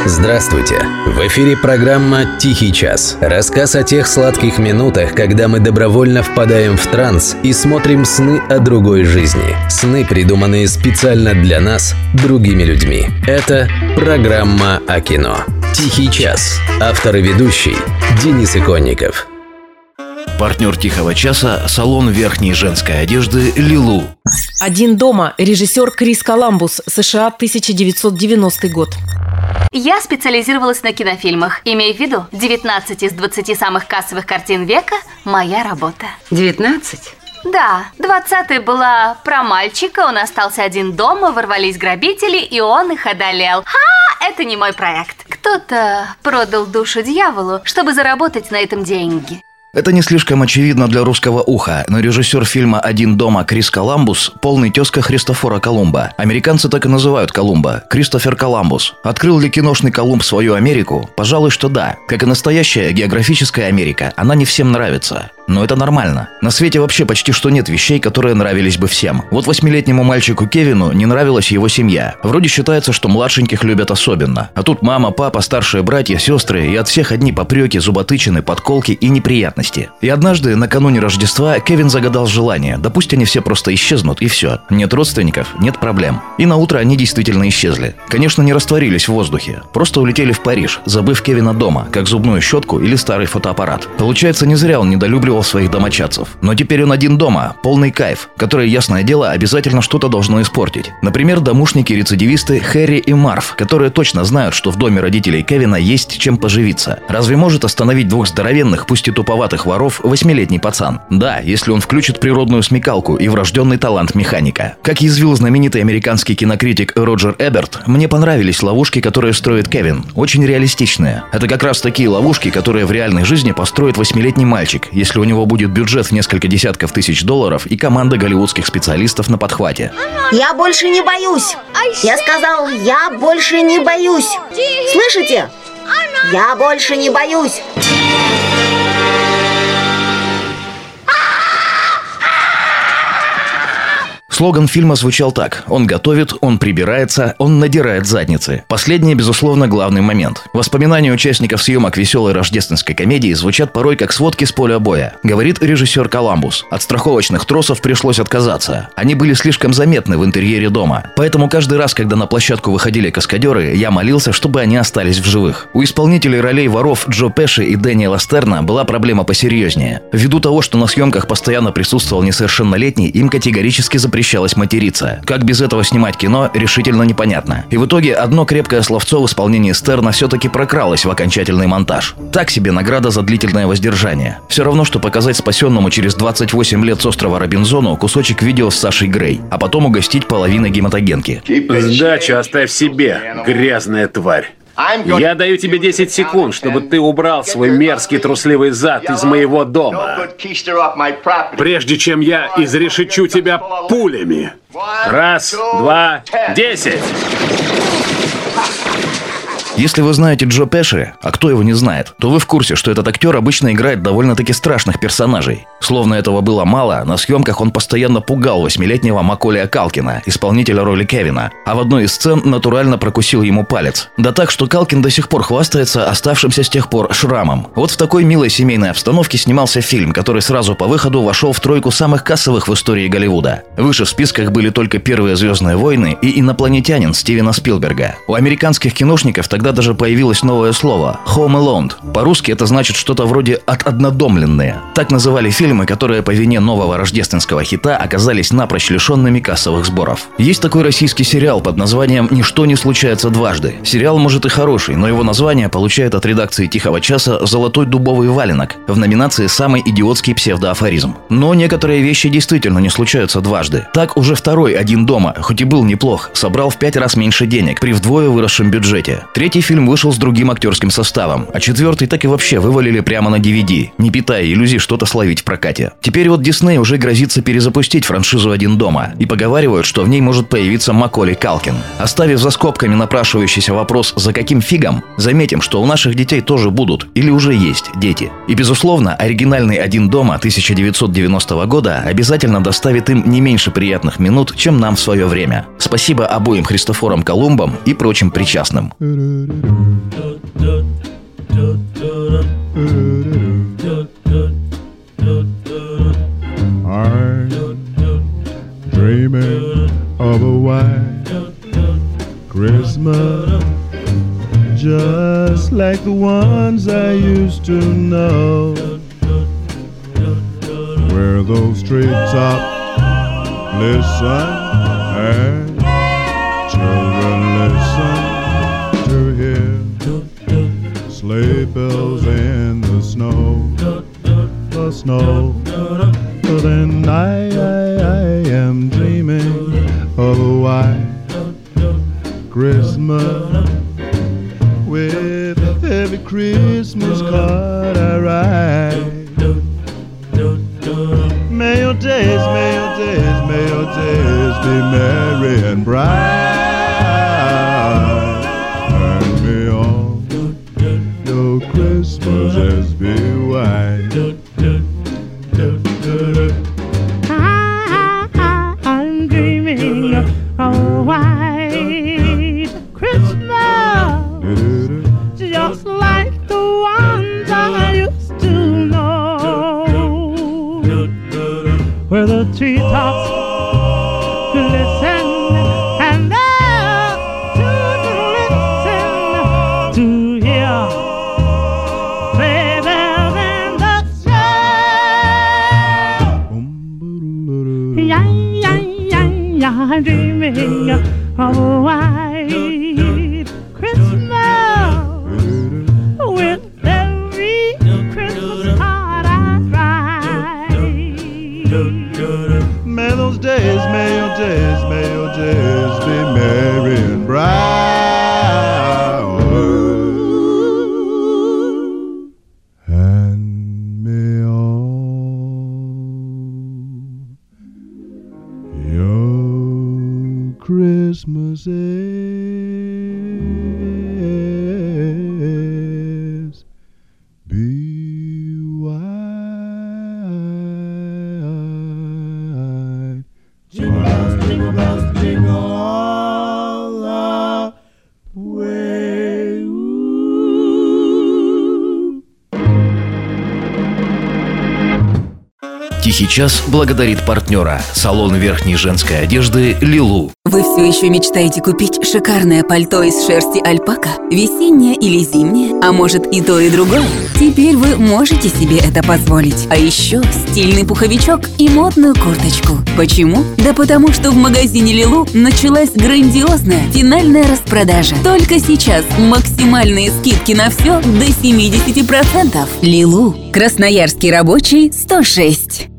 Здравствуйте! В эфире программа «Тихий час». Рассказ о тех сладких минутах, когда мы добровольно впадаем в транс и смотрим сны о другой жизни. Сны, придуманные специально для нас, другими людьми. Это программа о кино. «Тихий час». Автор и ведущий Денис Иконников. Партнер «Тихого часа» – салон верхней женской одежды «Лилу». «Один дома», режиссер Крис Коламбус, США, 1990 год. Я специализировалась на кинофильмах. Имея в виду, 19 из 20 самых кассовых картин века – моя работа. 19? Да, 20-я была про мальчика, он остался один дома, ворвались грабители, и он их одолел. Это не мой проект. Кто-то продал душу дьяволу, чтобы заработать на этом деньги. Это не слишком очевидно для русского уха, но режиссер фильма «Один дома» Крис Коламбус – полный тезка Христофора Колумба. Американцы так и называют Колумба – Кристофер Коламбус. Открыл ли киношный Колумб свою Америку? Пожалуй, что да. Как и настоящая географическая Америка, она не всем нравится. Но это нормально. На свете вообще почти что нет вещей, которые нравились бы всем. Вот 8-летнему мальчику Кевину не нравилась его семья. Вроде считается, что младшеньких любят особенно. А тут мама, папа, старшие братья, сестры, и от всех одни попреки, зуботычины, подколки и неприятности. И однажды, накануне Рождества, Кевин загадал желание. Да пусть они все просто исчезнут, и все. Нет родственников, нет проблем. И на утро они действительно исчезли. Конечно, не растворились в воздухе. Просто улетели в Париж, забыв Кевина дома, как зубную щетку или старый фотоаппарат. Получается, не зря он недолюбливал своих домочадцев. Но теперь он один дома, полный кайф, который, ясное дело, обязательно что-то должно испортить. Например, домушники-рецидивисты Хэри и Марв, которые точно знают, что в доме родителей Кевина есть чем поживиться. Разве может остановить двух здоровенных, пусть и туповатых воров 8-летний пацан? Да, если он включит природную смекалку и врожденный талант механика. Как язвил знаменитый американский кинокритик Роджер Эберт, мне понравились ловушки, которые строит Кевин. Очень реалистичные. Это как раз такие ловушки, которые в реальной жизни построит 8-летний мальчик, если у него будет бюджет в несколько десятков тысяч долларов и команда голливудских специалистов на подхвате. Я больше не боюсь. Я сказал, я больше не боюсь. Слышите? Я больше не боюсь. Слоган фильма звучал так: он готовит, он прибирается, он надирает задницы. Последнее, безусловно, главный момент. Воспоминания участников съемок веселой рождественской комедии звучат порой как сводки с поля боя. Говорит режиссер Коламбус. От страховочных тросов пришлось отказаться. Они были слишком заметны в интерьере дома. Поэтому каждый раз, когда на площадку выходили каскадеры, я молился, чтобы они остались в живых. У исполнителей ролей воров Джо Пеши и Дэниела Стерна была проблема посерьезнее. Ввиду того, что на съемках постоянно присутствовал несовершеннолетний, им категорически запрещалось материться. Как без этого снимать кино, решительно непонятно. И в итоге одно крепкое словцо в исполнении Стерна все-таки прокралось в окончательный монтаж. Так себе награда за длительное воздержание. Все равно, что показать спасенному через 28 лет с острова Робинзону кусочек видео с Сашей Грей, а потом угостить половиной гематогенки. Сдачу оставь себе, грязная тварь. Я даю тебе 10 секунд, чтобы ты убрал свой мерзкий трусливый зад из моего дома, прежде чем я изрешечу тебя пулями. 1, 2, 10. Если вы знаете Джо Пеши, а кто его не знает, то вы в курсе, что этот актер обычно играет довольно-таки страшных персонажей. Словно этого было мало, на съемках он постоянно пугал 8-летнего Маколия Калкина, исполнителя роли Кевина, а в одной из сцен натурально прокусил ему палец. Да так, что Калкин до сих пор хвастается оставшимся с тех пор шрамом. Вот в такой милой семейной обстановке снимался фильм, который сразу по выходу вошел в тройку самых кассовых в истории Голливуда. Выше в списках были только первые «Звездные войны» и «Инопланетянин» Стивена Спилберга. У американских киношников тогда даже появилось новое слово – «Home Alone». По-русски это значит что-то вроде «отодномленные». Так называли фильмы, которые по вине нового рождественского хита оказались напрочь лишенными кассовых сборов. Есть такой российский сериал под названием «Ничто не случается дважды». Сериал может и хороший, но его название получает от редакции «Тихого часа» «Золотой дубовый валенок» в номинации «Самый идиотский псевдоафоризм». Но некоторые вещи действительно не случаются дважды. Так уже второй «Один дома», хоть и был неплох, собрал в 5 раз меньше денег при вдвое выросшем бюджете. Третий фильм вышел с другим актерским составом, а четвертый так и вообще вывалили прямо на DVD, не питая иллюзий что-то словить в прокате. Теперь вот Дисней уже грозится перезапустить франшизу «Один дома», и поговаривают, что в ней может появиться Маколей Калкин. Оставив за скобками напрашивающийся вопрос «за каким фигом?», заметим, что у наших детей тоже будут или уже есть дети. И безусловно, оригинальный «Один дома» 1990 года обязательно доставит им не меньше приятных минут, чем нам в свое время. Спасибо обоим Христофорам Колумбам и прочим причастным. Dreaming of a white Christmas, just like the ones I used to know, where those treetops listen and children listen to hear sleigh bells in the snow, the snow. So then I am dreaming of a white Christmas, with every Christmas card I write. May your days, may your days, may your days be merry and bright, and may all your Christmases be white. I'm dreaming of a white Christmas, just like the ones I used to know, where the treetops listen and the children listen to hear sleigh bells in the snow. I'm dreaming of a white Christmas, with every Christmas card I write. May those days, may your days, may your days be merry and bright, and may all your Christmases be white. Jingle bells, jingle all the way. Тихий час благодарит партнера. Салон верхней женской одежды «Лилу». Вы все еще мечтаете купить шикарное пальто из шерсти альпака? Весеннее или зимнее? А может и то, и другое? Теперь вы можете себе это позволить. А еще стильный пуховичок и модную курточку. Почему? Да потому что в магазине «Лилу» началась грандиозная финальная распродажа. Только сейчас максимальные скидки на все до 70%. «Лилу». Красноярский рабочий, 106.